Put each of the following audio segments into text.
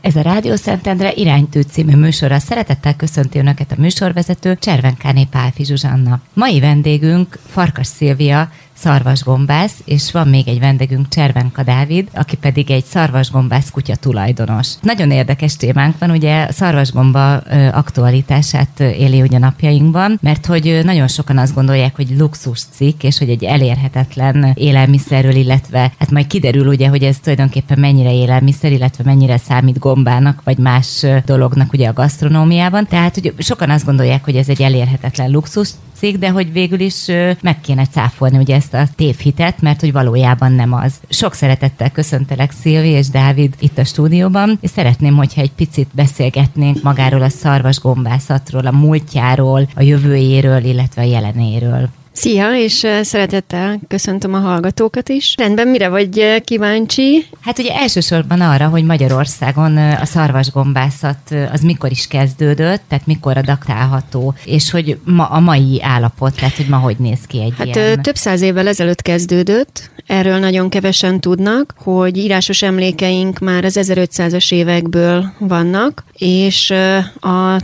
Ez a Rádió Szentendre Iránytű című műsora. Szeretettel köszönti Önöket a műsorvezető Cservenkáné Pálfi Zsuzsanna. Mai vendégünk Farkas Szilvia, szarvasgombász, és van még egy vendégünk, Cservenka Dávid, aki pedig egy szarvasgombász kutya tulajdonos. Nagyon érdekes témánk van, ugye a szarvasgomba aktualitását éli ugye napjainkban, mert hogy nagyon sokan azt gondolják, hogy luxus cikk, és hogy egy elérhetetlen élelmiszerről, illetve hát majd kiderül ugye, hogy ez tulajdonképpen mennyire élelmiszer, illetve mennyire számít gombának, vagy más dolognak ugye a gasztronómiában. Tehát hogy sokan azt gondolják, hogy ez egy elérhetetlen luxus cikk, de hogy végül is meg kéne cáfolni ugye ezt a tévhitet, mert hogy valójában nem az. Sok szeretettel köszöntelek, Szilvi és Dávid itt a stúdióban, és szeretném, hogyha egy picit beszélgetnénk magáról a szarvasgombászatról, a múltjáról, a jövőjéről, illetve a jelenéről. Szia, és szeretettel köszöntöm a hallgatókat is. Rendben, mire vagy kíváncsi? Hát ugye elsősorban arra, hogy Magyarországon a szarvasgombászat az mikor is kezdődött, tehát mikor adaktálható, és hogy a mai állapot, tehát hogy ma hogy néz ki egy ilyen. Több száz évvel ezelőtt kezdődött, erről nagyon kevesen tudnak, hogy írásos emlékeink már az 1500-as évekből vannak, és a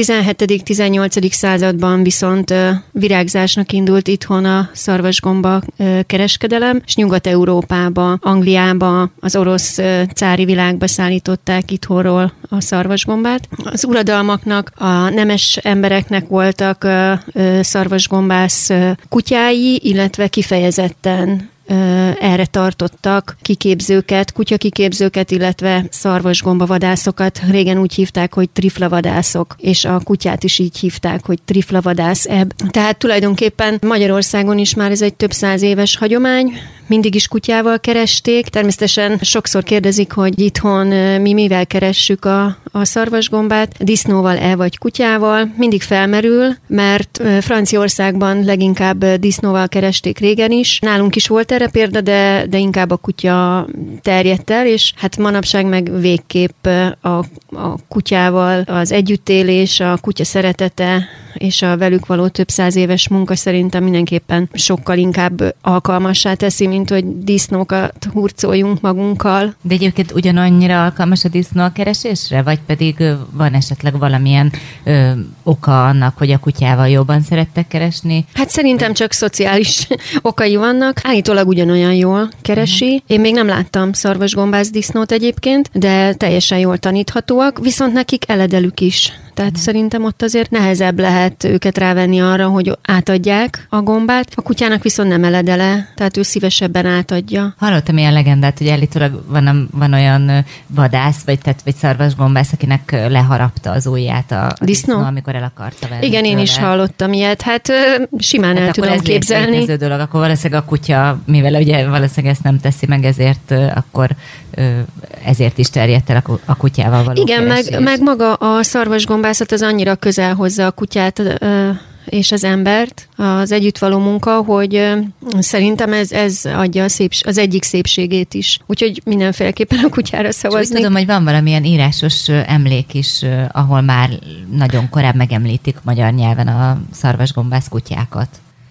17.-18. században viszont virágzásnak indult itthon a szarvasgomba kereskedelem, és Nyugat-Európába, Angliába, az orosz cári világba szállították itthonról a szarvasgombát. Az uradalmaknak, a nemes embereknek voltak szarvasgombász kutyái, illetve kifejezetten erre tartottak kiképzőket, kutyakiképzőket, illetve szarvasgombavadászokat. Régen úgy hívták, hogy triflavadászok, és a kutyát is így hívták, hogy triflavadász ebb. Tehát tulajdonképpen Magyarországon is már ez egy több száz éves hagyomány, mindig is kutyával keresték. Természetesen sokszor kérdezik, hogy itthon mi mivel keressük a szarvasgombát, disznóval vagy kutyával. Mindig felmerül, mert Franciaországban leginkább disznóval keresték régen is. Nálunk is volt erre példa, de inkább a kutya terjedt el, és hát manapság meg végképp a kutyával az együttélés, a kutya szeretete és a velük való több száz éves munka szerintem mindenképpen sokkal inkább alkalmassá teszi, mint hogy disznókat hurcoljunk magunkkal. De egyébként ugyanannyira alkalmas a disznó a keresésre, vagy pedig van esetleg valamilyen oka annak, hogy a kutyával jobban szerettek keresni? Hát szerintem csak szociális okai vannak. Állítólag ugyanolyan jól keresi. Én még nem láttam szarvasgombász disznót egyébként, de teljesen jól taníthatóak, viszont nekik eledelük is. Tehát szerintem ott azért nehezebb lehet őket rávenni arra, hogy átadják a gombát. A kutyának viszont nem eledele, tehát ő szívesebben átadja. Hallottam ilyen legendát, hogy állítólag van olyan vadász, vagy szarvasgombász, akinek leharapta az ujját a disznó, amikor el akarta venni. Igen, én is hallottam ilyet. Hát simán el tudom képzelni. Ez dolog, akkor valószínűleg a kutya, mivel ugye valószínűleg ezt nem teszi meg, ezért is terjedt el a kutyával való keresés. Igen, meg maga a szarvasgombászat az annyira közel hozza a kutyát és az embert, az együttvaló munka, hogy szerintem ez adja az egyik szépségét is. Úgyhogy mindenféleképpen a kutyára szavazni. Úgy tudom, hogy van valamilyen írásos emlék is, ahol már nagyon korábban megemlítik magyar nyelven a szarvasgombász kutyákat.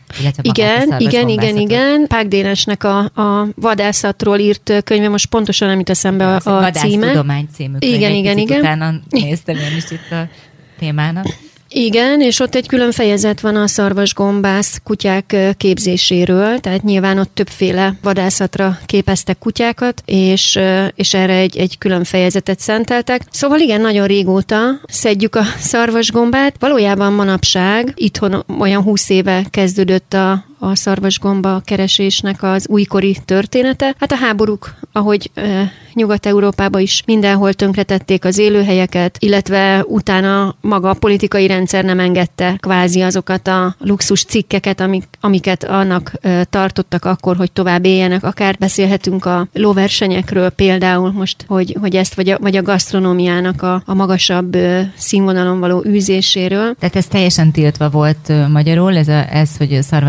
Igen. Pák Dénesnek a vadászatról írt könyve, most pontosan nem jut eszembe a címe. Vadásztudomány című könyve. Igen. Utána néztem én is itt a témának. Igen, és ott egy külön fejezet van a szarvasgombász kutyák képzéséről, tehát nyilván ott többféle vadászatra képeztek kutyákat, és erre egy külön fejezetet szenteltek. Szóval igen, nagyon régóta szedjük a szarvasgombát. Valójában manapság itthon olyan 20 éve kezdődött a szarvasgomba keresésnek az újkori története. Hát a háborúk, ahogy Nyugat-Európában is mindenhol tönkretették az élőhelyeket, illetve utána maga a politikai rendszer nem engedte kvázi azokat a luxus cikkeket, amiket annak tartottak akkor, hogy tovább éljenek. Akár beszélhetünk a lóversenyekről például most, hogy ezt vagy a gasztronómiának a magasabb színvonalon való űzéséről. Tehát ez teljesen tiltva volt magyarul, ez hogy szarvasgombát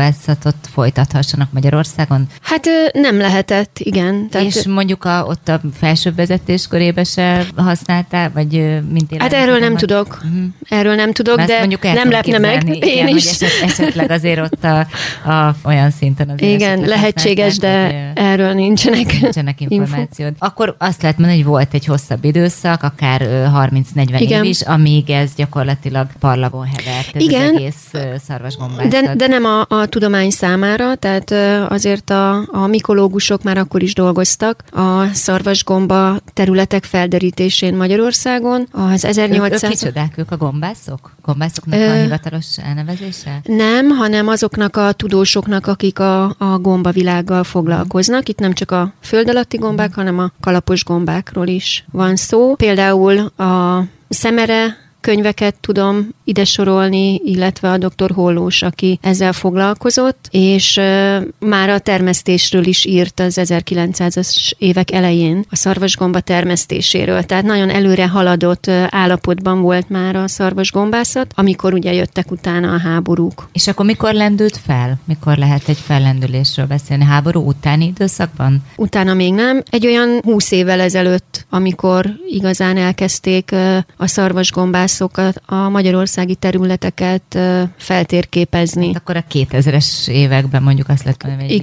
gombászatot folytathassanak Magyarországon? Hát nem lehetett, igen. Tehát, és mondjuk ott a felsőbb vezetés körébe se használtál, vagy mint hát erről nem tudok. Erről nem tudok, de nem lepne meg. Igen, én is. Esetleg azért ott olyan szinten azért. Igen, lehetséges, de erről nincsenek információd. Akkor azt lehet mondani, hogy volt egy hosszabb időszak, akár 30-40 év is, amíg ez gyakorlatilag parlagon hevert, ez az egész szarvasgombászat. De nem a tudomány számára, tehát azért a mikológusok már akkor is dolgoztak a szarvasgomba területek felderítésén Magyarországon. Az 1800... Ők kicsodák, ők a gombászok? Gombászoknak a hivatalos elnevezése? Nem, hanem azoknak a tudósoknak, akik a gombavilággal foglalkoznak. Itt nem csak a föld alatti gombák, hanem a kalapos gombákról is van szó. Például a Szemere könyveket tudom ide sorolni, illetve a dr. Hollós, aki ezzel foglalkozott, és már a termesztésről is írt az 1900-as évek elején a szarvasgomba termesztéséről. Tehát nagyon előre haladott állapotban volt már a szarvasgombászat, amikor ugye jöttek utána a háborúk. És akkor mikor lendült fel? Mikor lehet egy fellendülésről beszélni? Háború utáni időszakban? Utána még nem. Egy olyan 20 évvel ezelőtt, amikor igazán elkezdték a szarvasgombászokat, a magyarországi területeket feltérképezni. Hát akkor a 2000-es években mondjuk azt lett mondani, hogy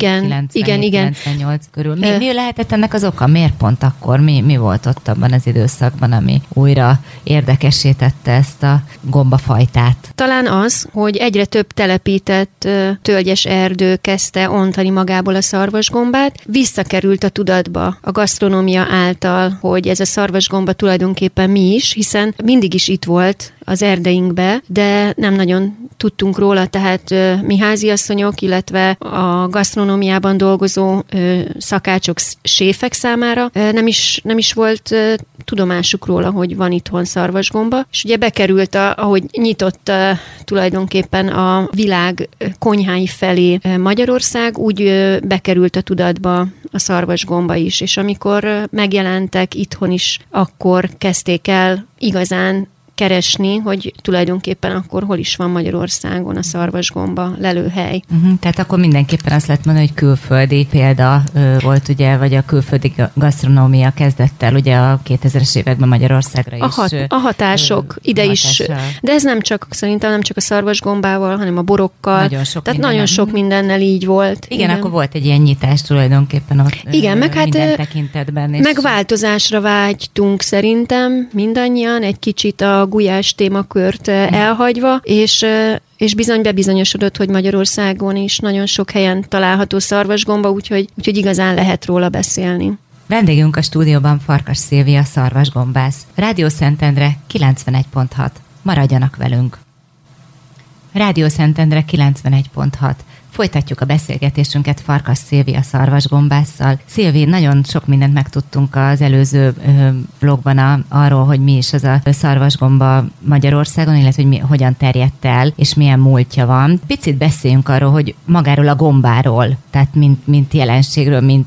98 körül. Mi lehetett ennek az oka? Miért pont akkor? Mi volt ott abban az időszakban, ami újra érdekessé tette ezt a gombafajtát? Talán az, hogy egyre több telepített tölgyes erdő kezdte ontani magából a szarvasgombát, visszakerült a tudatba a gasztronómia által, hogy ez a szarvasgomba tulajdonképpen mi is, hiszen mindig is itt volt az erdeinkbe, de nem nagyon tudtunk róla, tehát mi háziasszonyok, illetve a gasztronómiában dolgozó szakácsok, séfek számára nem is volt tudomásuk róla, hogy van itthon szarvasgomba, és ugye bekerült, ahogy nyitott tulajdonképpen a világ konyhái felé Magyarország, úgy bekerült a tudatba a szarvasgomba is, és amikor megjelentek itthon is, akkor kezdték el igazán keresni, hogy tulajdonképpen akkor hol is van Magyarországon a szarvasgomba lelőhely. Tehát akkor mindenképpen azt lehet mondani, hogy külföldi példa volt, ugye, vagy a külföldi gasztronómia kezdett el ugye a 2000-es években Magyarországra is. A hatások ide is, de ez szerintem nem csak a szarvasgombával, hanem a borokkal. Nagyon sok mindennel így volt. Igen, akkor volt egy ilyen nyitás tulajdonképpen ott. Igen, meg hát tekintetben. Meg változásra vágytunk szerintem mindannyian, egy kicsit a gulyás témakört elhagyva, és bizony bebizonyosodott, hogy Magyarországon is nagyon sok helyen található szarvasgomba, úgyhogy igazán lehet róla beszélni. Vendégünk a stúdióban Farkas Szilvia, szarvasgombász. Rádió Szentendre 91.6. Maradjanak velünk! Rádió Szentendre 91.6. Folytatjuk a beszélgetésünket Farkas Szilvia szarvasgombásszal. Szilvi, nagyon sok mindent megtudtunk az előző blogban arról, hogy mi is az a szarvasgomba Magyarországon, illetve hogy hogyan terjedt el, és milyen múltja van. Picit beszéljünk arról, hogy magáról a gombáról, tehát mint jelenségről,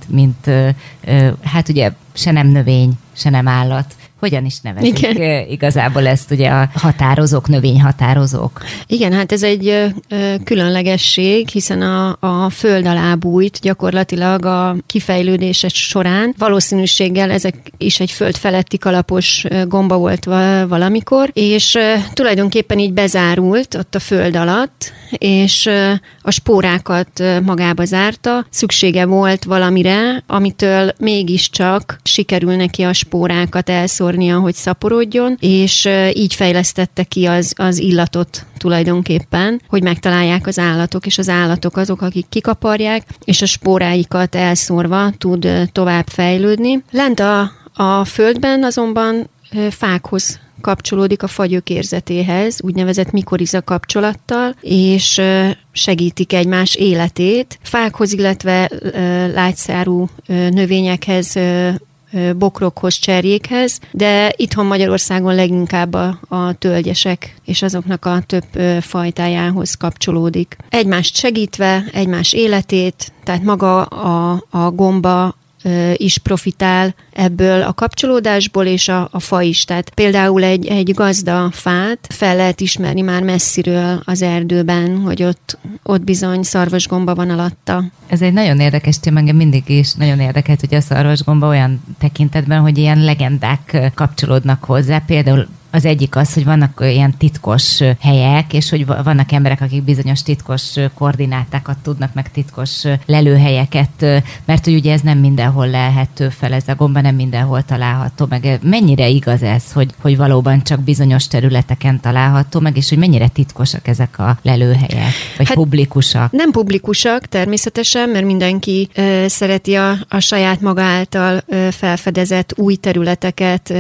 hát ugye se nem növény, se nem állat. Hogyan is nevezik igazából ezt ugye a határozók, növényhatározók? Igen, hát ez egy különlegesség, hiszen a föld alá bújt gyakorlatilag a kifejlődése során. Valószínűséggel ezek is egy föld feletti kalapos gomba volt valamikor, és tulajdonképpen így bezárult ott a föld alatt, és a spórákat magába zárta. Szüksége volt valamire, amitől mégiscsak sikerül neki a spórákat elszórnia, hogy szaporodjon, és így fejlesztette ki az illatot tulajdonképpen, hogy megtalálják az állatok, és az állatok azok, akik kikaparják, és a spóráikat elszórva tud tovább fejlődni. Lent a földben azonban fákhoz kapcsolódik a fagyök érzetéhez, úgynevezett mikoriza kapcsolattal, és segítik egymás életét. Fákhoz, illetve lágyszárú növényekhez, bokrokhoz, cserjékhez, de itthon Magyarországon leginkább a tölgyesek és azoknak a több fajtájához kapcsolódik. Egymást segítve, egymás életét, tehát maga a gomba is profitál ebből a kapcsolódásból, és a fa is. Tehát például egy gazda fát fel lehet ismerni már messziről az erdőben, hogy ott bizony szarvasgomba van alatta. Ez egy nagyon érdekes téma, engem mindig is nagyon érdekelt, hogy a szarvasgomba olyan tekintetben, hogy ilyen legendák kapcsolódnak hozzá. Például az egyik az, hogy vannak ilyen titkos helyek, és hogy vannak emberek, akik bizonyos titkos koordinátákat tudnak, meg titkos lelőhelyeket, mert hogy ugye ez nem mindenhol lelhető fel, ez a gomba nem mindenhol található, meg mennyire igaz ez, hogy valóban csak bizonyos területeken található, meg és hogy mennyire titkosak ezek a lelőhelyek, vagy publikusak? Nem publikusak természetesen, mert mindenki szereti a saját maga által felfedezett új területeket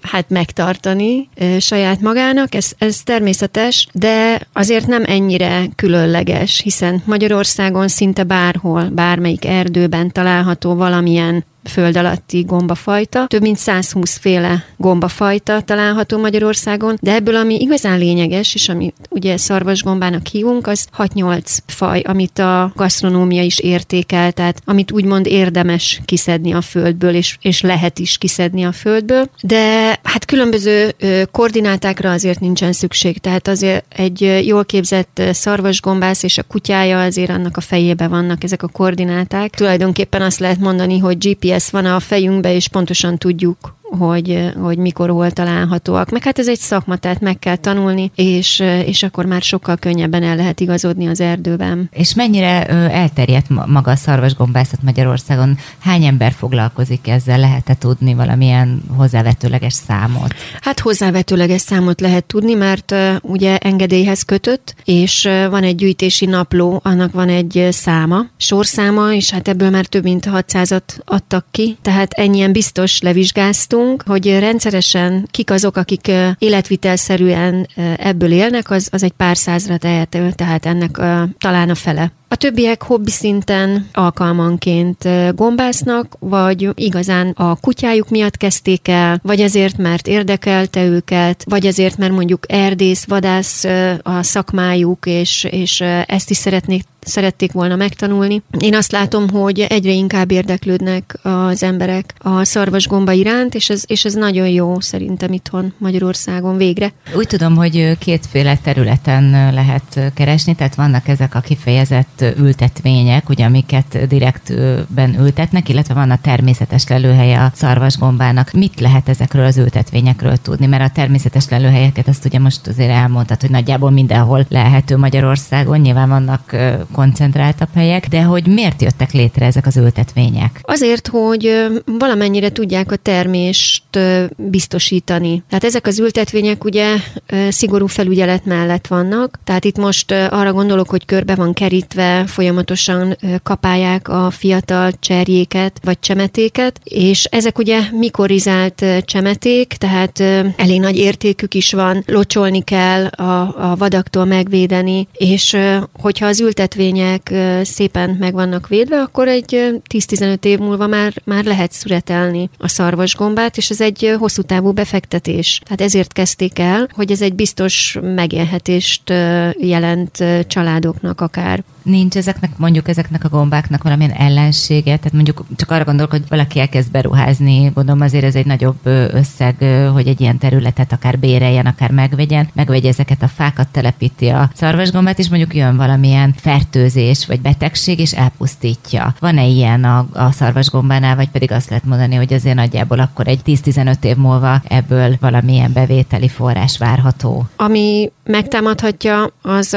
megtartani, saját magának, ez természetes, de azért nem ennyire különleges, hiszen Magyarországon szinte bárhol, bármelyik erdőben található valamilyen föld alatti gombafajta. Több mint 120 féle gombafajta található Magyarországon, de ebből ami igazán lényeges, és amit ugye szarvasgombának hívunk, az 6-8 faj, amit a gasztronómia is értékel, tehát amit úgymond érdemes kiszedni a földből, és lehet is kiszedni a földből, de hát különböző koordinátákra azért nincsen szükség, tehát azért egy jól képzett szarvasgombász és a kutyája azért annak a fejében vannak ezek a koordináták. Tulajdonképpen azt lehet mondani, hogy GPS van a fejünkbe, és pontosan tudjuk, hogy mikor hol találhatóak. Meg hát ez egy szakma, tehát meg kell tanulni, és akkor már sokkal könnyebben el lehet igazodni az erdőben. És mennyire elterjedt maga a szarvasgombászat Magyarországon? Hány ember foglalkozik ezzel? Lehet-e tudni valamilyen hozzávetőleges számot? Hát hozzávetőleges számot lehet tudni, mert ugye engedélyhez kötött, és van egy gyűjtési napló, annak van egy száma, sorszáma, és hát ebből már több mint 600-at adtak ki, tehát ennyien biztos levizsgáztunk, hogy rendszeresen kik azok, akik életvitelszerűen ebből élnek, az egy pár százra tehető, tehát ennek talán a fele. A többiek hobbi szinten alkalmanként gombásznak, vagy igazán a kutyájuk miatt kezdték el, vagy azért, mert érdekelte őket, vagy azért, mert mondjuk erdész, vadász a szakmájuk, és ezt is szerették volna megtanulni. Én azt látom, hogy egyre inkább érdeklődnek az emberek a szarvasgomba iránt, és ez nagyon jó szerintem itthon Magyarországon végre. Úgy tudom, hogy kétféle területen lehet keresni, tehát vannak ezek a kifejezett ültetvények, ugye, amiket direktben ültetnek, illetve van a természetes lelőhelye a szarvasgombának. Mit lehet ezekről az ültetvényekről tudni? Mert a természetes lelőhelyeket azt ugye most azért elmondtad, hogy nagyjából mindenhol lehető Magyarországon, nyilván vannak koncentráltabb helyek, de hogy miért jöttek létre ezek az ültetvények? Azért, hogy valamennyire tudják a termést biztosítani. Tehát ezek az ültetvények ugye szigorú felügyelet mellett vannak, tehát itt most arra gondolok, hogy körbe van kerítve, folyamatosan kapálják a fiatal cserjéket vagy csemetéket, és ezek ugye mikorizált csemeték, tehát elég nagy értékük is van, locsolni kell, a vadaktól megvédeni, és hogyha az ültetvények szépen meg vannak védve, akkor egy 10-15 év múlva már lehet szüretelni a szarvasgombát, és ez egy hosszú távú befektetés. Tehát ezért kezdték el, hogy ez egy biztos megélhetést jelent családoknak akár. Nincs ezeknek a gombáknak valamilyen ellensége? Tehát mondjuk csak arra gondolok, hogy valaki elkezd beruházni, gondolom azért ez egy nagyobb összeg, hogy egy ilyen területet akár béreljen, akár megvegye ezeket a fákat, telepíti a szarvasgombát, és mondjuk jön valamilyen fertőzés vagy betegség, és elpusztítja. Van-e ilyen a szarvasgombánál, vagy pedig azt lehet mondani, hogy azért nagyjából akkor egy 10-15 év múlva ebből valamilyen bevételi forrás várható? Ami megtámadhatja,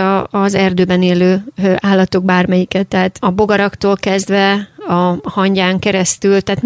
az erdőben élő állatok bármelyiket, tehát a bogaraktól kezdve a hangyán keresztül, tehát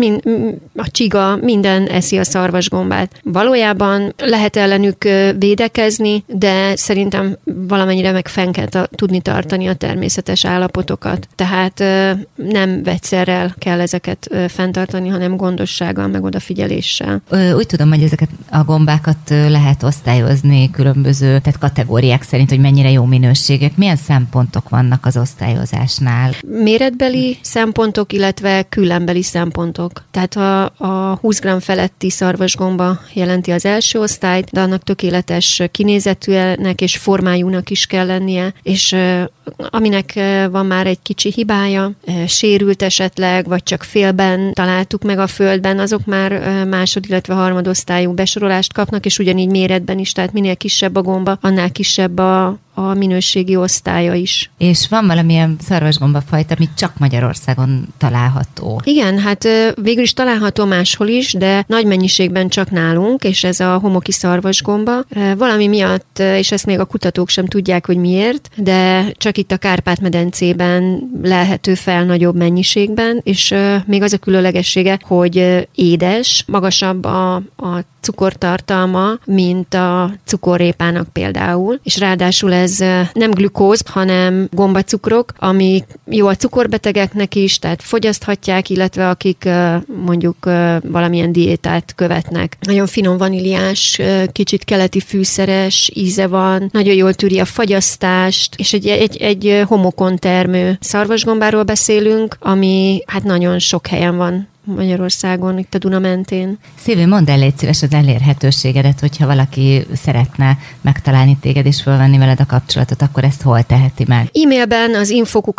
a csiga, minden eszi a szarvasgombát. Valójában lehet ellenük védekezni, de szerintem valamennyire meg fenn kell tudni tartani a természetes állapotokat. Tehát nem vegyszerrel kell ezeket fenntartani, hanem gondossággal, meg odafigyeléssel. Úgy tudom, hogy ezeket a gombákat lehet osztályozni különböző, tehát kategóriák szerint, hogy mennyire jó minőségek. Milyen szempontok vannak az osztályozásnál? Méretbeli szempontok, illetve küllenbeli szempontok. Tehát a 20 g feletti szarvasgomba jelenti az első osztályt, de annak tökéletes kinézetűnek és formájúnak is kell lennie, és aminek van már egy kicsi hibája, sérült esetleg, vagy csak félben találtuk meg a földben, azok már illetve harmadosztályú besorolást kapnak, és ugyanígy méretben is, tehát minél kisebb a gomba, annál kisebb a minőségi osztálya is. És van valamilyen szarvasgombafajta, ami csak Magyarországon található? Igen, hát végül is található máshol is, de nagy mennyiségben csak nálunk, és ez a homoki szarvasgomba. Valami miatt, és ezt még a kutatók sem tudják, hogy miért, de csak itt a Kárpát-medencében lelhető fel nagyobb mennyiségben, és még az a különlegessége, hogy édes, magasabb a cukortartalma, mint a cukorrépának például, és ráadásul ez nem glükóz, hanem gombacukrok, ami jó a cukorbetegeknek is, tehát fogyaszthatják, illetve akik mondjuk valamilyen diétát követnek. Nagyon finom vaníliás, kicsit keleti fűszeres íze van, nagyon jól tűri a fagyasztást, és egy homokon termő szarvasgombáról beszélünk, ami hát nagyon sok helyen van Magyarországon, itt a Duna mentén. Szilvi, mondd el, légy szíves az elérhetőségedet, hogyha valaki szeretne megtalálni téged és fölvenni veled a kapcsolatot, akkor ezt hol teheti meg? E-mailben az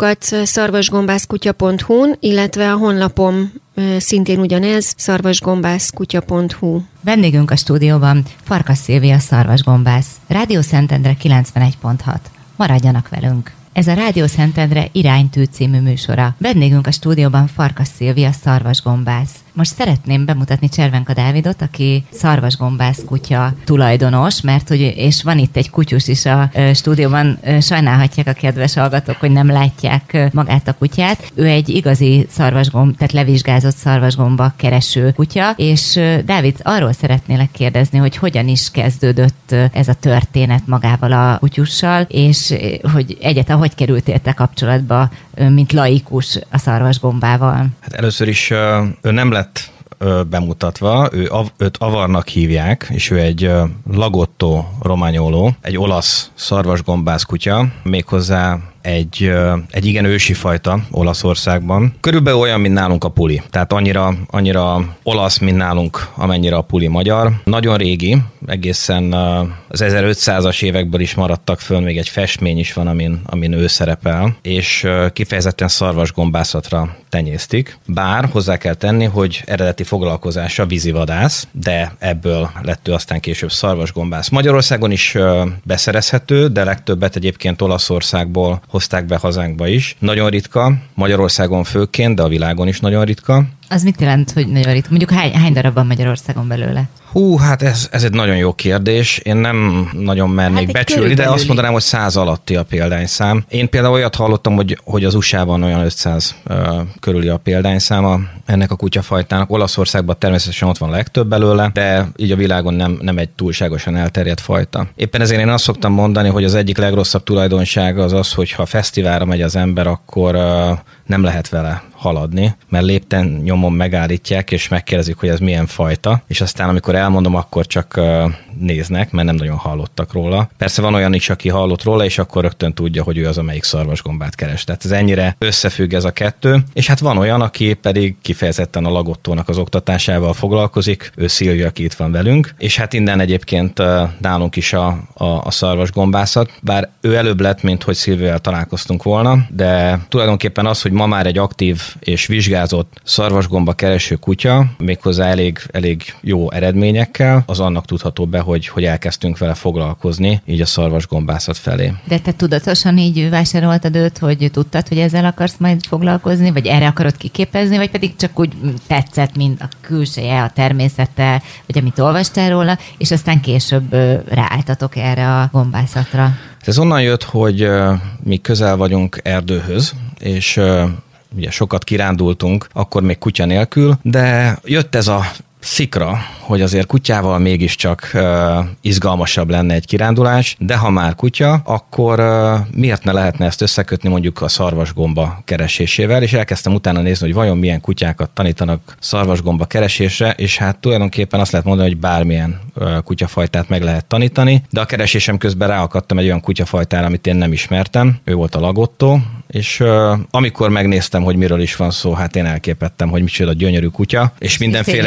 info@szarvasgombászkutya.hu-n, illetve a honlapom szintén ugyanez, szarvasgombászkutya.hu. Vendégünk a stúdióban Farkas Szilvia szarvasgombász. Rádió Szentendre 91.6. Maradjanak velünk! Ez a Rádió Szentendre Iránytű című műsora. Vendégünk a stúdióban Farkas Szilvia szarvasgombász. Most szeretném bemutatni Cservenka Dávidot, aki szarvasgombász kutya tulajdonos, mert hogy, és van itt egy kutyus is a stúdióban, sajnálhatják a kedves hallgatók, hogy nem látják magát a kutyát. Ő egy igazi tehát levizsgázott szarvasgomba kereső kutya, és Dávid, arról szeretnélek kérdezni, hogy hogyan is kezdődött ez a történet magával a kutyussal, és hogy egyáltalán hogy kerültél te kapcsolatba, mint laikus a szarvasgombával? Hát először is ő nem lett bemutatva, őt Avarnak hívják, és ő egy Lagotto romagnolo, egy olasz szarvasgombász kutya, méghozzá egy igen ősi fajta Olaszországban. Körülbelül olyan, mint nálunk a puli. Tehát annyira olasz, mint nálunk, amennyire a puli magyar. Nagyon régi, egészen az 1500-as évekből is maradtak föl, még egy festmény is van, amin ő szerepel, és kifejezetten szarvasgombászatra tenyésztik. Bár hozzá kell tenni, hogy eredeti foglalkozása vízivadász, de ebből lett ő aztán később szarvasgombász. Magyarországon is beszerezhető, de legtöbbet egyébként Olaszországból hozták be hazánkba is. Nagyon ritka, Magyarországon főként, de a világon is nagyon ritka. Az mit jelent, hogy nagyon ritka? Mondjuk hány darab van Magyarországon belőle? Hát ez egy nagyon jó kérdés. Én nem nagyon mernék becsülni, de azt mondanám, hogy 100 alatti a példányszám. Én például olyat hallottam, hogy az USA-ban olyan 500 körüli a példányszáma ennek a kutyafajtának. Olaszországban természetesen ott van legtöbb belőle, de így a világon nem egy túlságosan elterjedt fajta. Éppen ezért én azt szoktam mondani, hogy az egyik legrosszabb tulajdonsága az, hogyha fesztiválra megy az ember, akkor nem lehet vele haladni, mert lépten nyomon megállítják, és megkérdezik, hogy ez milyen fajta, és aztán amikor elmondom, akkor csak néznek, mert nem nagyon hallottak róla. Persze van olyan is, aki hallott róla, és akkor rögtön tudja, hogy ő az, amelyik szarvasgombát keres. Tehát ez ennyire összefügg ez a kettő, és hát van olyan, aki pedig kifejezetten a Lagottónak az oktatásával foglalkozik, ő Szilvia, aki itt van velünk, és hát innen egyébként nálunk is a szarvasgombászat, bár ő előbb lett, mint hogy Szilviával találkoztunk volna, de tulajdonképpen az, hogy ma már egy aktív és vizsgázott szarvasgomba kereső kutya, méghozzá elég jó eredményekkel, az annak tudható be, hogy elkezdtünk vele foglalkozni, így a szarvasgombászat felé. De te tudatosan így vásároltad őt, hogy tudtad, hogy ezzel akarsz majd foglalkozni, vagy erre akarod kiképezni, vagy pedig csak úgy tetszett, mint a külseje, a természete, vagy amit olvastál róla, és aztán később ráálltatok erre a gombászatra? Ez onnan jött, hogy mi közel vagyunk erdőhöz, és ugye sokat kirándultunk, akkor még kutya nélkül, de jött ez a szikra, hogy azért kutyával mégiscsak izgalmasabb lenne egy kirándulás, de ha már kutya, akkor miért ne lehetne ezt összekötni mondjuk a szarvasgomba keresésével, és elkezdtem utána nézni, hogy vajon milyen kutyákat tanítanak szarvasgomba keresésre, és hát tulajdonképpen azt lehet mondani, hogy bármilyen kutyafajtát meg lehet tanítani, de a keresésem közben ráakadtam egy olyan kutyafajtára, amit én nem ismertem, ő volt a Lagotto, és amikor megnéztem, hogy miről is van szó, hát én elképettem, hogy micsoda gyönyörű kutya, és mindenféle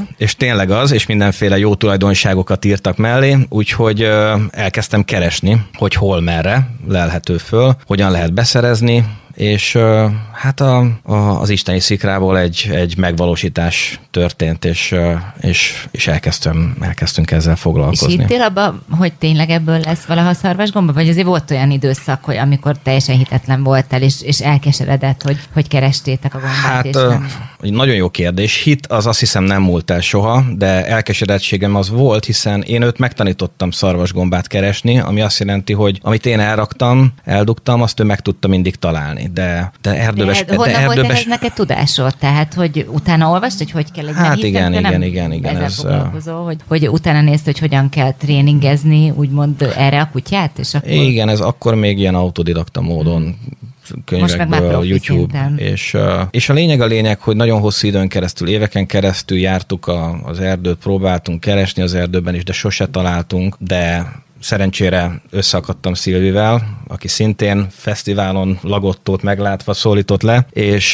és tényleg az, és mindenféle jó tulajdonságokat írtak mellé, úgyhogy elkezdtem keresni, hogy hol, merre lelhető föl, hogyan lehet beszerezni, és hát az isteni szikrából egy megvalósítás történt, és elkezdtünk ezzel foglalkozni. És hittél abba, hogy tényleg ebből lesz valaha szarvasgomba? Vagy azért volt olyan időszak, hogy amikor teljesen hitetlen voltál, és elkeseredett, hogy kerestétek a gombát, hát, és nem... Nagyon jó kérdés. Hit az azt hiszem nem múlt el soha, de elkeseredettségem az volt, hiszen én őt megtanítottam szarvasgombát keresni, ami azt jelenti, hogy amit én elraktam, eldugtam, azt ő meg tudta mindig találni. De erdőbe... Honnan volt ehhez neked tudásod? Tehát, hogy utána olvast, hogy kell egy hát igen. Ezzel foglalkozó, hogy utána nézd, hogy hogyan kell tréningezni, úgymond erre a kutyát? És akkor... Igen, ez akkor még ilyen autodidakta módon könyvekből, YouTube. És a lényeg, hogy nagyon hosszú időn keresztül, éveken keresztül jártuk az erdőt, próbáltunk keresni az erdőben is, de sose találtunk, de szerencsére összeakadtam Szilvivel, aki szintén fesztiválon Lagottót meglátva szólított le, és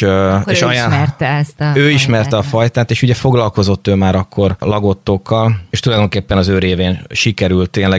ő ismerte a fajtát, és ugye foglalkozott ő már akkor Lagottókkal, és tulajdonképpen az ő révén sikerült tényleg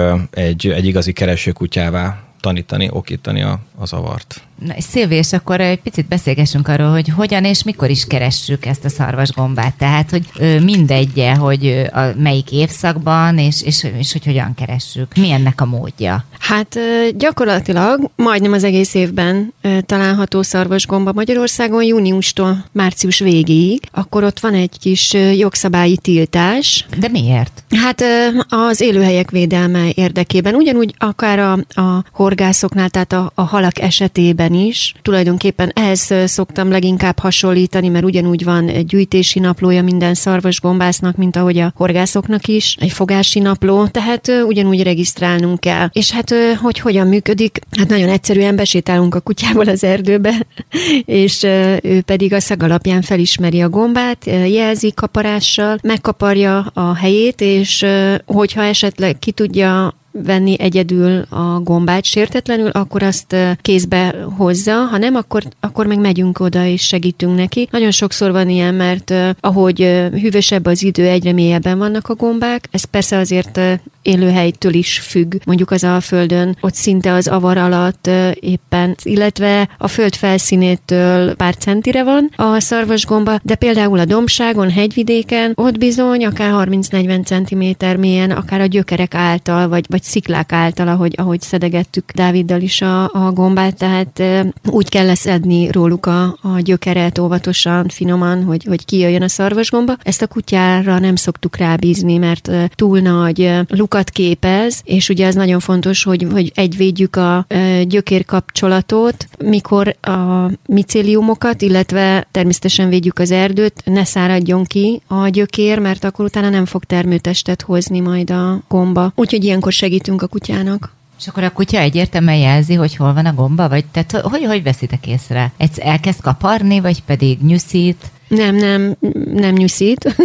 egy igazi keresőkutyává tanítani, okítani a zavart. Na, Szilvi, és akkor egy picit beszélgessünk arról, hogy hogyan és mikor is keressük ezt a szarvasgombát. Tehát, hogy mindegy, hogy melyik évszakban, és hogy hogyan keressük. Mi ennek a módja? Hát gyakorlatilag majdnem az egész évben található szarvasgomba Magyarországon júniustól március végéig. Akkor ott van egy kis jogszabályi tiltás. De miért? Hát az élőhelyek védelme érdekében. Ugyanúgy akár a horgászoknál, tehát a halak esetében is. Tulajdonképpen ehhez szoktam leginkább hasonlítani, mert ugyanúgy van egy gyűjtési naplója minden szarvasgombásznak, mint ahogy a horgászoknak is, egy fogási napló, tehát ugyanúgy regisztrálnunk kell. És hát, hogy hogyan működik? Hát nagyon egyszerűen besétálunk a kutyával az erdőbe, és ő pedig a szag alapján felismeri a gombát, jelzi kaparással, megkaparja a helyét, és hogyha esetleg ki tudja venni egyedül a gombát sértetlenül, akkor azt kézbe hozza, ha nem, akkor meg megyünk oda és segítünk neki. Nagyon sokszor van ilyen, mert ahogy hűvösebb az idő, egyre mélyebben vannak a gombák. Ez persze azért élőhelytől is függ, mondjuk az Alföldön, ott szinte az avar alatt éppen, illetve a föld felszínétől pár centire van a szarvasgomba, de például a dombságon, hegyvidéken, ott bizony akár 30-40 centiméter mélyen, akár a gyökerek által, vagy sziklák által, ahogy szedegettük Dáviddal is a gombát, tehát úgy kell leszedni róluk a gyökeret óvatosan, finoman, hogy kijöjjön a szarvasgomba. Ezt a kutyára nem szoktuk rábízni, mert túl nagy lukat képez, és ugye az nagyon fontos, hogy védjük a gyökérkapcsolatot, mikor a micéliumokat, illetve természetesen védjük az erdőt, ne száradjon ki a gyökér, mert akkor utána nem fog termőtestet hozni majd a gomba. Úgyhogy ilyenkor segítünk a kutyának. És akkor a kutya egyértelműen jelzi, hogy hol van a gomba? Vagy tehát hogy veszitek észre? Elkezd kaparni, vagy pedig nyűszít? Nem nyűszít.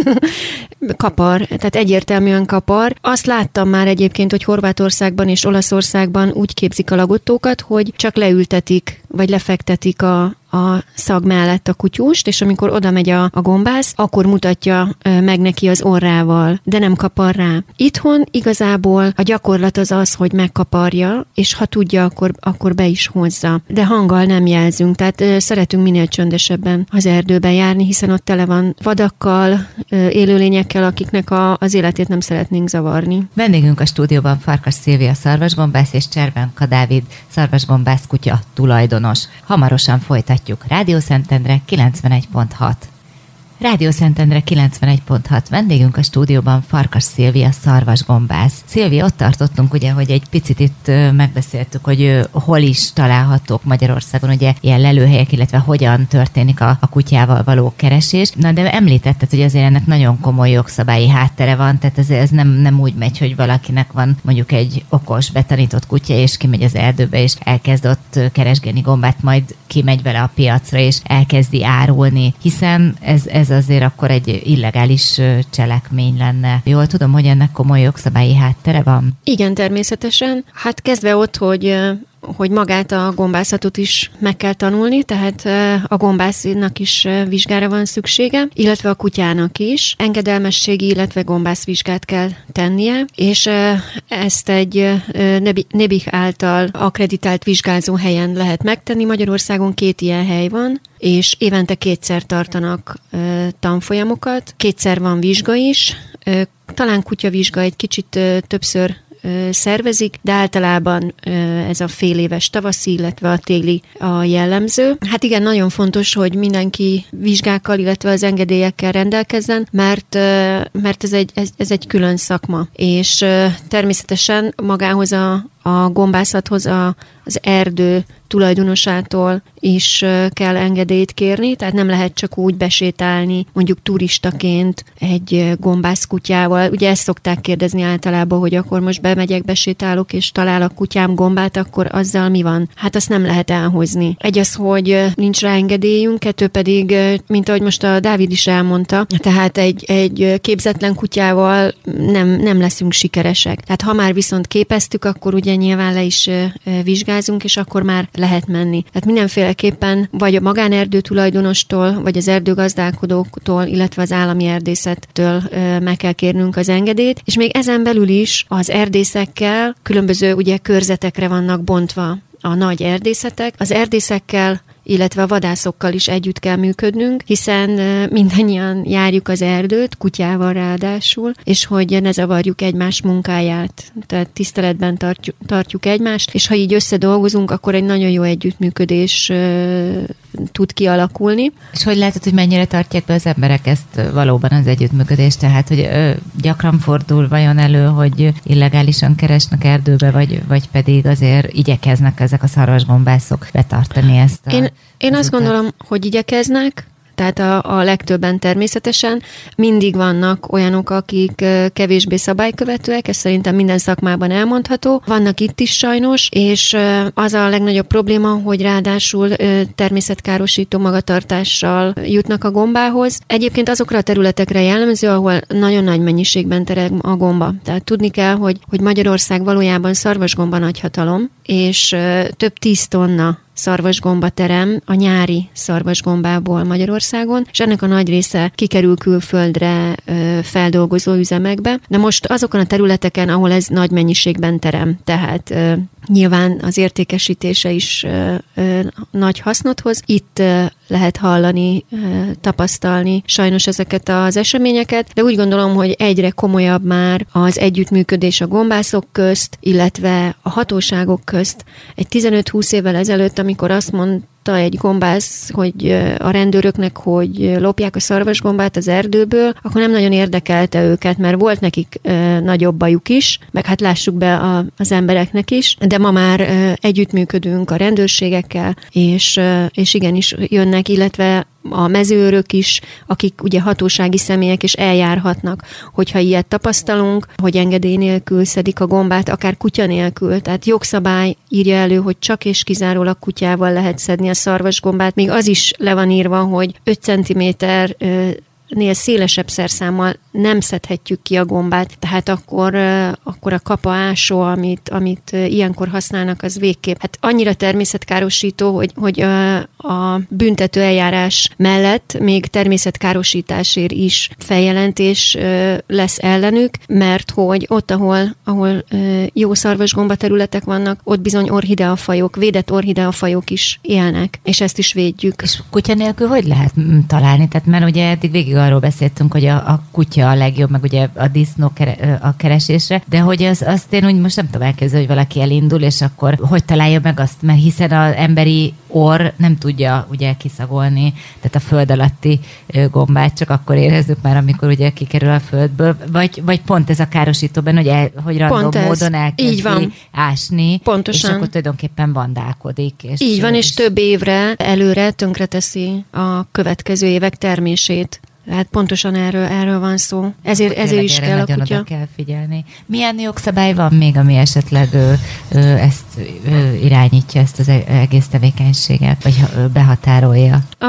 Kapar, tehát egyértelműen kapar. Azt láttam már egyébként, hogy Horvátországban és Olaszországban úgy képzik a lagottókat, hogy csak leültetik, vagy lefektetik a szag mellett a kutyust, és amikor oda megy a gombász, akkor mutatja meg neki az orrával, de nem kapar rá. Itthon igazából a gyakorlat az, hogy megkaparja, és ha tudja, akkor be is hozza. De hanggal nem jelzünk, tehát szeretünk minél csöndesebben az erdőben járni, hiszen ott tele van vadakkal, élőlényekkel, akiknek az életét nem szeretnénk zavarni. Vendégünk a stúdióban Farkas Szilvia szarvasgombász és Cservenka Dávid szarvasgombász kutya tulajdonos. Hamarosan folytatjuk. Rádió Szentendre 91.6. Rádió Szentendre 91.6. Vendégünk a stúdióban Farkas Szilvia szarvasgombász. Szilvia, ott tartottunk ugye, hogy egy picit itt megbeszéltük, hogy hol is találhatók Magyarországon ugye ilyen lelőhelyek, illetve hogyan történik a kutyával való keresés. Na de említetted, hogy azért ennek nagyon komoly jogszabályi háttere van, tehát ez nem úgy megy, hogy valakinek van mondjuk egy okos, betanított kutya, és kimegy az erdőbe, és elkezd ott keresgélni gombát, majd kimegy vele a piacra, és elkezdi árulni, hiszen ez azért akkor egy illegális cselekmény lenne. Jól tudom, hogy ennek komoly jogszabályi háttere van? Igen, természetesen. Hát kezdve ott, hogy hogy magát a gombászatot is meg kell tanulni, tehát a gombásznak is vizsgára van szüksége, illetve a kutyának is. Engedelmességi, illetve gombászvizsgát kell tennie, és ezt egy NEBIH által akkreditált vizsgázó helyen lehet megtenni. Magyarországon 2 ilyen hely van, és évente 2-szer tartanak tanfolyamokat, 2-szer van vizsga is, talán kutyavizsga egy kicsit többször szervezik, de általában ez a fél éves tavaszi, illetve a téli a jellemző. Hát igen, nagyon fontos, hogy mindenki vizsgákkal, illetve az engedélyekkel rendelkezzen, mert ez egy külön szakma. És természetesen magához a gombászathoz az erdő tulajdonosától is kell engedélyt kérni, tehát nem lehet csak úgy besétálni, mondjuk turistaként egy gombászkutyával. Ugye ezt szokták kérdezni általában, hogy akkor most bemegyek, besétálok, és talál a kutyám gombát, akkor azzal mi van? Hát azt nem lehet elhozni. Egy az, hogy nincs rá engedélyünk, 2 pedig, mint ahogy most a Dávid is elmondta, tehát egy képzetlen kutyával nem leszünk sikeresek. Tehát ha már viszont képeztük, akkor ugye nyilván le is vizsgázunk, és akkor már lehet menni. Tehát mindenféleképpen vagy a magánerdő tulajdonostól, vagy az erdőgazdálkodóktól, illetve az állami erdészettől meg kell kérnünk az engedélyt, és még ezen belül is az erdészekkel különböző ugye körzetekre vannak bontva a nagy erdészetek. Az erdészekkel, illetve a vadászokkal is együtt kell működnünk, hiszen mindannyian járjuk az erdőt, kutyával ráadásul, és hogy ne zavarjuk egymás munkáját. Tehát tiszteletben tartjuk egymást, és ha így összedolgozunk, akkor egy nagyon jó együttműködés tud kialakulni. És hogy látod, hogy mennyire tartják be az emberek ezt valóban az együttműködést? Tehát, hogy gyakran fordul vajon elő, hogy illegálisan keresnek erdőbe, vagy pedig azért igyekeznek ezek a szarvasgombászok betartani ezt Én azt gondolom, hogy igyekeznek, tehát a legtöbben természetesen. Mindig vannak olyanok, akik kevésbé szabálykövetőek, ez szerintem minden szakmában elmondható. Vannak itt is sajnos, és az a legnagyobb probléma, hogy ráadásul természetkárosító magatartással jutnak a gombához. Egyébként azokra a területekre jellemző, ahol nagyon nagy mennyiségben terem a gomba. Tehát tudni kell, hogy Magyarország valójában szarvasgomba nagyhatalom, és több 10 tonna szarvasgomba terem a nyári szarvasgombából Magyarországon, és ennek a nagy része kikerül külföldre feldolgozó üzemekbe. De most azokon a területeken, ahol ez nagy mennyiségben terem, tehát nyilván az értékesítése is nagy hasznot hoz. Itt lehet hallani, tapasztalni sajnos ezeket az eseményeket, de úgy gondolom, hogy egyre komolyabb már az együttműködés a gombászok közt, illetve a hatóságok közt. Egy 15-20 évvel ezelőtt, amikor azt mondta egy gombász, hogy a rendőröknek, hogy lopják a szarvasgombát az erdőből, akkor nem nagyon érdekelte őket, mert volt nekik nagyobb bajuk is, meg hát lássuk be az embereknek is, de ma már együttműködünk a rendőrségekkel, és igenis jönnek, illetve a mezőőrök is, akik ugye hatósági személyek és eljárhatnak, hogyha ilyet tapasztalunk, hogy engedély nélkül szedik a gombát, akár kutya nélkül. Tehát jogszabály írja elő, hogy csak és kizárólag kutyával lehet szedni a szarvasgombát. Még az is le van írva, hogy 5 cm-nél szélesebb szerszámmal nem szedhetjük ki a gombát, tehát akkor a kapaásó, amit ilyenkor használnak, az végképp. Hát annyira természetkárosító, hogy a büntető eljárás mellett még természetkárosításért is feljelentés lesz ellenük, mert hogy ott, ahol jó szarvasgomba területek vannak, ott bizony orhideafajok, védett orhideafajok is élnek, és ezt is védjük. És kutya nélkül hogy lehet találni? Tehát mert ugye eddig végig arról beszéltünk, hogy a kutya a legjobb, meg ugye a disznó a keresésre, de hogy azt én úgy most nem tudom elképzelni, hogy valaki elindul, és akkor hogy találja meg azt, mert hiszen az emberi orr nem tudja ugye kiszagolni, tehát a föld alatti gombát csak akkor érezzük már, amikor ugye kikerül a földből, vagy pont ez a károsító benne, hogy random módon elkezdi ásni, pontosan. És akkor tulajdonképpen vandálkodik. Így van, és több évre előre tönkreteszi a következő évek termését. Hát pontosan erről van szó. Ezért is kell a kutya. Oda kell figyelni. Milyen jogszabály van még, ami esetleg irányítja ezt az egész tevékenységet, vagy behatárolja? A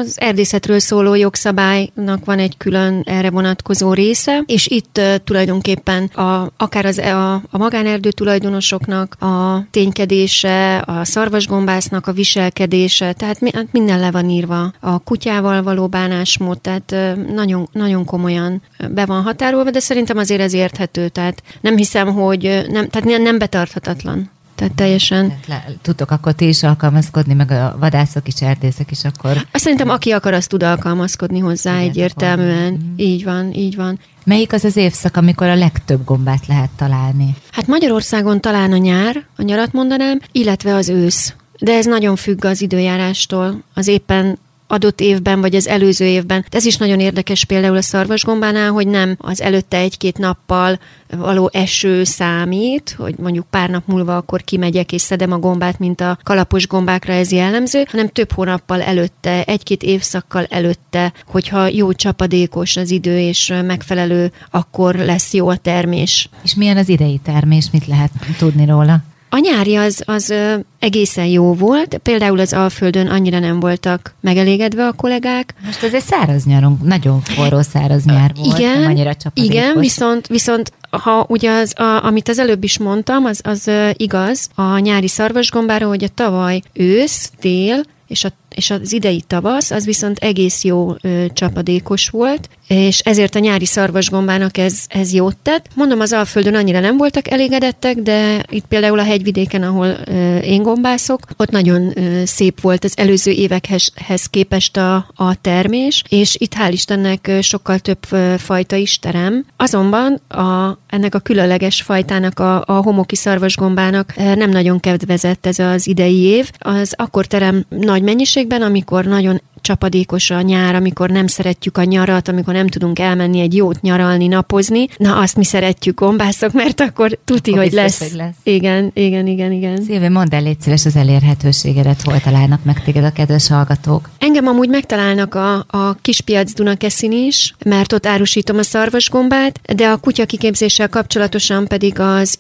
az erdészetről szóló jogszabálynak van egy külön erre vonatkozó része, és itt tulajdonképpen akár a magánerdő tulajdonosoknak a ténykedése, a szarvasgombásznak a viselkedése, tehát minden le van írva. A kutyával való bánásmód, tehát nagyon, nagyon komolyan be van határolva, de szerintem azért ez érthető, tehát nem hiszem, hogy nem betarthatatlan. Tehát teljesen. Tudtok akkor ti is alkalmazkodni, meg a vadászok is, erdészek is akkor? Szerintem aki akar, az tud alkalmazkodni hozzá. Igen, egyértelműen. Így van. Melyik az évszak, amikor a legtöbb gombát lehet találni? Hát Magyarországon talán a nyár, a nyarat mondanám, illetve az ősz. De ez nagyon függ az időjárástól, az éppen adott évben, vagy az előző évben. Ez is nagyon érdekes például a szarvasgombánál, hogy nem az előtte 1-2 nappal való eső számít, hogy mondjuk pár nap múlva akkor kimegyek és szedem a gombát, mint a kalapos gombákra ez jellemző, hanem több hónappal előtte, 1-2 évszakkal előtte, hogyha jó csapadékos az idő és megfelelő, akkor lesz jó a termés. És milyen az idei termés? Mit lehet tudni róla? A nyári az egészen jó volt, például az Alföldön annyira nem voltak megelégedve a kollégák. Most ez egy száraz nyarunk, nagyon forró száraz nyár volt, igen, nem annyira csapadékos. Igen, viszont ha ugye amit az előbb is mondtam, az igaz a nyári szarvasgombára, hogy a tavaly ősz, tél, és az idei tavasz, az viszont egész jó csapadékos volt, és ezért a nyári szarvasgombának ez jót tett. Mondom, az Alföldön annyira nem voltak elégedettek, de itt például a hegyvidéken, ahol én gombászok, ott nagyon szép volt az előző évekhez képest a termés, és itt hál' Istennek sokkal több fajta is terem. Azonban ennek a különleges fajtának, a homoki szarvasgombának nem nagyon kedvezett ez az idei év. Az akkor terem nagy mennyiségben, amikor nagyon csapadékos a nyár, amikor nem szeretjük a nyarat, amikor nem tudunk elmenni egy jót nyaralni, napozni. Na, azt mi szeretjük, gombászok, mert akkor tuti, hogy lesz. Igen. Szilvi, mondd el, légy szíves az elérhetőségedet, hol találnak meg téged a kedves hallgatók? Engem amúgy megtalálnak a Kispiac Dunakeszin is, mert ott árusítom a szarvasgombát, de a kutyakiképzéssel kapcsolatosan pedig az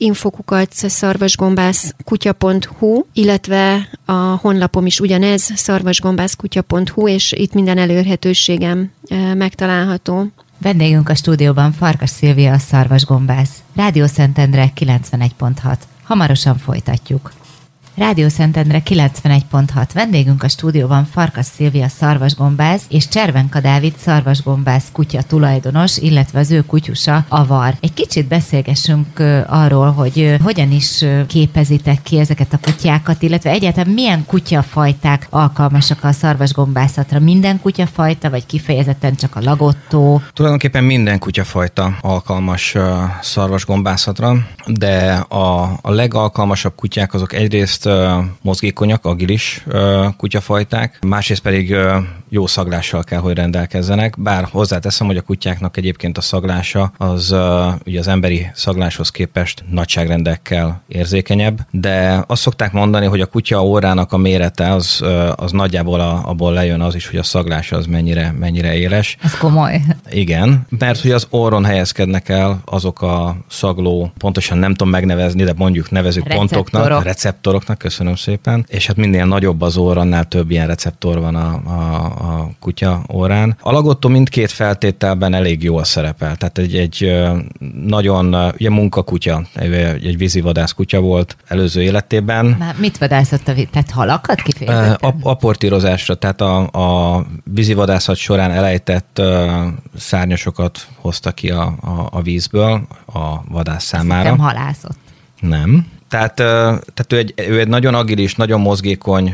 info@szarvasgombászkutya.hu, illetve a honlapom is ugyanez, szarvasgombászkutya.hu, és itt minden elérhetőségem megtalálható. Vendégünk a stúdióban Farkas Szilvia, a szarvasgombász. Rádió Szentendre 91.6. Hamarosan folytatjuk. Rádió Szentendre 91.6. Vendégünk a stúdióban Farkas Szilvia, szarvasgombász, és Cservenka Dávid, szarvasgombász kutya tulajdonos, illetve az ő kutyusa, Avar. Egy kicsit beszélgessünk arról, hogy hogyan is képezitek ki ezeket a kutyákat, illetve egyáltalán milyen kutyafajták alkalmasak a szarvasgombászatra. Minden kutyafajta, vagy kifejezetten csak a lagottó? Tulajdonképpen minden kutyafajta alkalmas szarvasgombászatra, de a legalkalmasabb kutyák azok egyrészt mozgékonyak, agilis kutyafajták, másrészt pedig jó szaglással kell, hogy rendelkezzenek, bár hozzáteszem, hogy a kutyáknak egyébként a szaglása az ugye az emberi szagláshoz képest nagyságrendekkel érzékenyebb, de azt szokták mondani, hogy a kutya órának a mérete az nagyjából abból lejön az is, hogy a szaglása az mennyire éles. Ez komoly. Igen, mert hogy az orron helyezkednek el azok a szagló, pontosan nem tudom megnevezni, de mondjuk nevezük pontoknak, receptoroknak, köszönöm szépen, és hát minél nagyobb az orr, annál több ilyen receptor van a kutya orrán. A lagottó mindkét feltételben elég jól szerepel, tehát egy nagyon, ugye munkakutya, egy vízivadász kutya volt előző életében. Már mit vadászott? Tehát halakat kifejezetten? Aportírozásra, tehát a vízivadászat során elejtett szárnyasokat hozta ki a vízből a vadász számára. Nem halászott. Nem. Tehát ő egy nagyon agilis, nagyon mozgékony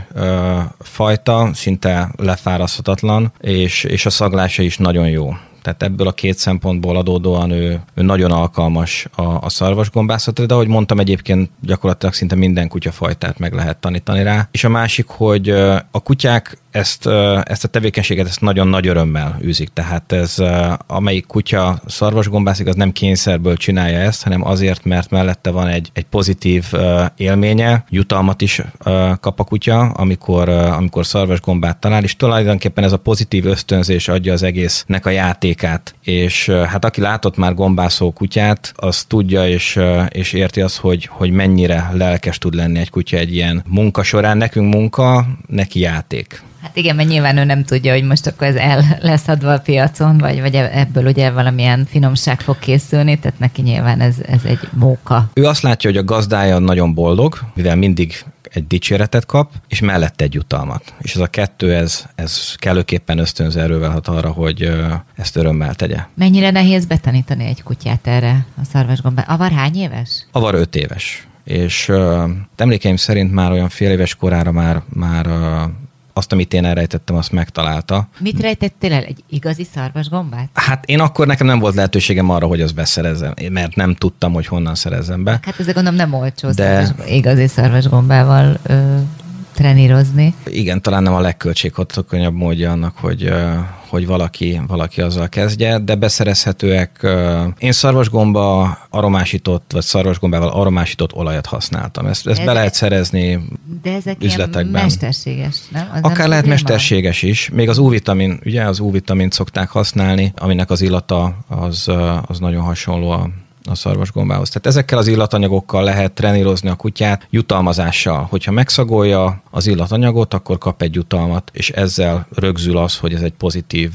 fajta, szinte lefáraszthatatlan, és a szaglása is nagyon jó. Tehát ebből a két szempontból adódóan ő nagyon alkalmas a szarvasgombászatra, de ahogy mondtam, egyébként gyakorlatilag szinte minden kutyafajtát meg lehet tanítani rá. És a másik, hogy a kutyák ezt a tevékenységet nagyon nagy örömmel űzik. Tehát ez amelyik kutya szarvasgombászik, az nem kényszerből csinálja ezt, hanem azért, mert mellette van egy pozitív élménye, jutalmat is kap a kutya, amikor szarvasgombát talál, és tulajdonképpen ez a pozitív ösztönzés adja az egésznek a játékát. És hát aki látott már gombászó kutyát, az tudja és érti azt, hogy mennyire lelkes tud lenni egy kutya egy ilyen munka során. Nekünk munka, neki játék. Hát igen, mert nyilván ő nem tudja, hogy most akkor ez el lesz adva a piacon, vagy ebből ugye valamilyen finomság fog készülni, tehát neki nyilván ez egy móka. Ő azt látja, hogy a gazdája nagyon boldog, mivel mindig egy dicséretet kap, és mellette egy jutalmat. És ez a kettő, ez kellőképpen ösztönző erővel hat arra, hogy ezt örömmel tegye. Mennyire nehéz betanítani egy kutyát erre a szarvasgombára? Avar hány éves? Avar 5 éves. És emlékeim szerint már olyan fél éves korára már azt, amit én elrejtettem, azt megtalálta. Mit rejtettél el? Egy igazi szarvasgombát? Hát én akkor nekem nem volt lehetőségem arra, hogy azt beszerezzem, mert nem tudtam, hogy honnan szerezzem be. Hát ezek gondolom nem olcsó igazi szarvasgombával trenírozni. Igen, talán nem a legköltséghatékonyabb módja annak, hogy valaki azzal kezdje, de beszerezhetőek. Én szarvasgomba aromásított, vagy szarvasgombával aromásított olajat használtam. Ezt be lehet szerezni de ezek üzletekben. Ilyen mesterséges, nem? Az akár nem lehet mesterséges is. Még az U-vitamin, ugye az U-vitamint szokták használni, aminek az illata az nagyon hasonló a szarvasgombához. Tehát ezekkel az illatanyagokkal lehet trenírozni a kutyát jutalmazással. Hogyha megszagolja az illatanyagot, akkor kap egy jutalmat, és ezzel rögzül az, hogy ez egy pozitív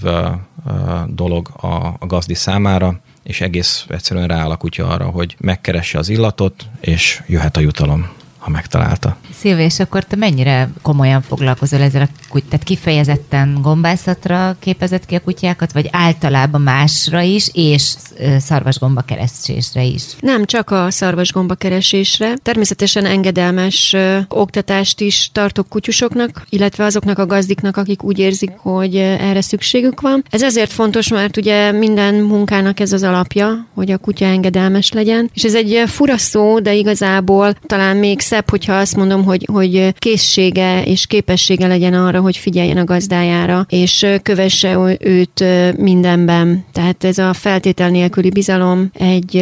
dolog a gazdi számára, és egész egyszerűen rááll a kutya arra, hogy megkeresse az illatot, és jöhet a jutalom, ha megtalálta. Szilvi, és akkor te mennyire komolyan foglalkozol ezzel a kutyát? Tehát kifejezetten gombászatra képezed ki a kutyákat, vagy általában másra is, és szarvasgomba keresésre is? Nem csak a szarvasgomba keresésre. Természetesen engedelmes oktatást is tartok kutyusoknak, illetve azoknak a gazdiknak, akik úgy érzik, hogy erre szükségük van. Ez ezért fontos, mert ugye minden munkának ez az alapja, hogy a kutya engedelmes legyen. És ez egy fura szó, de igazából talán még szebb, hogyha azt mondom, hogy készsége és képessége legyen arra, hogy figyeljen a gazdájára, és kövesse őt mindenben. Tehát ez a feltétel nélküli bizalom,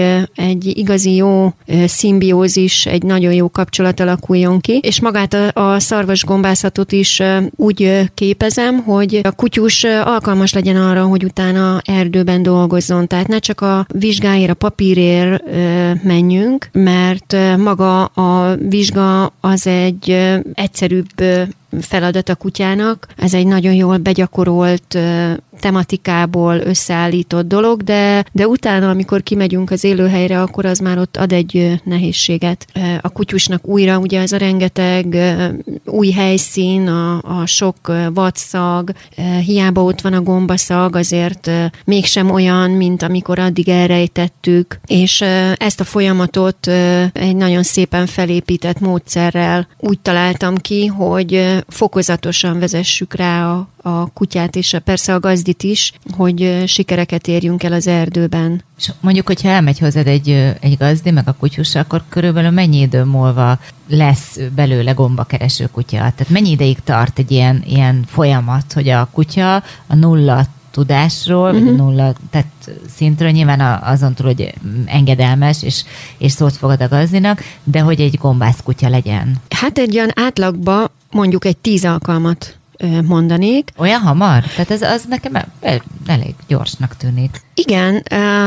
egy igazi jó szimbiózis, egy nagyon jó kapcsolat alakuljon ki, és magát a szarvasgombászatot is úgy képezem, hogy a kutyus alkalmas legyen arra, hogy utána erdőben dolgozzon. Tehát ne csak a vizsgáért, a papírért menjünk, mert maga a vizsga az egy egyszerűbb feladat a kutyának. Ez egy nagyon jól begyakorolt tematikából összeállított dolog, de utána, amikor kimegyünk az élőhelyre, akkor az már ott ad egy nehézséget. A kutyusnak újra ugye ez a rengeteg új helyszín, a sok vadszag, hiába ott van a gombaszag, azért mégsem olyan, mint amikor addig elrejtettük, és ezt a folyamatot egy nagyon szépen felépített módszerrel úgy találtam ki, hogy fokozatosan vezessük rá a kutyát, és persze a gazdit is, hogy sikereket érjünk el az erdőben. És mondjuk, hogyha elmegy hozzád egy gazdi, meg a kutyus, akkor körülbelül mennyi idő múlva lesz belőle gombakereső kutya? Tehát mennyi ideig tart egy ilyen folyamat, hogy a kutya a nulla tudásról, vagy a nulla szintről, nyilván azon túl, hogy engedelmes, és szót fogad a gazdinak, de hogy egy gombász kutya legyen. Hát egy olyan átlagban mondjuk egy 10 alkalmat mondanig. Olyan hamar? Tehát az nekem elég gyorsnak tűnik. Igen,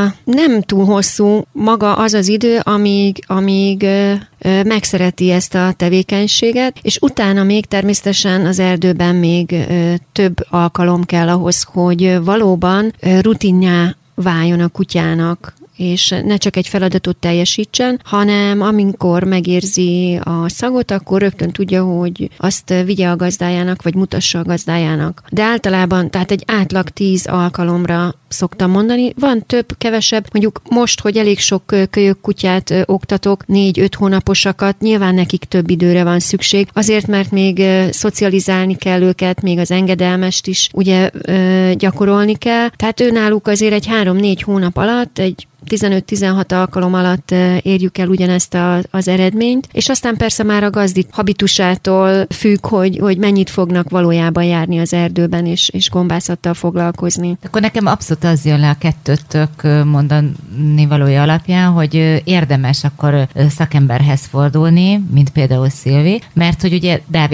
nem túl hosszú maga az az idő, amíg megszereti ezt a tevékenységet, és utána még természetesen az erdőben még több alkalom kell ahhoz, hogy valóban rutinnyá váljon a kutyának, és ne csak egy feladatot teljesítsen, hanem amikor megérzi a szagot, akkor rögtön tudja, hogy azt vigye a gazdájának, vagy mutassa a gazdájának. De általában, tehát egy átlag 10 alkalomra szoktam mondani. Van több, kevesebb, mondjuk most, hogy elég sok kölyök kutyát oktatok, 4-5 hónaposakat, nyilván nekik több időre van szükség, azért, mert még szocializálni kell őket, még az engedelmest is ugye gyakorolni kell. Tehát őnáluk azért egy 3-4 hónap alatt, egy 15-16 alkalom alatt érjük el ugyanezt az eredményt, és aztán persze már a gazdi habitusától függ, hogy mennyit fognak valójában járni az erdőben, és gombászattal foglalkozni. Akkor nekem abszolút az jön le a kettőtök mondani valója alapján, hogy érdemes akkor szakemberhez fordulni, mint például Szilvi, mert hogy ugye Dávid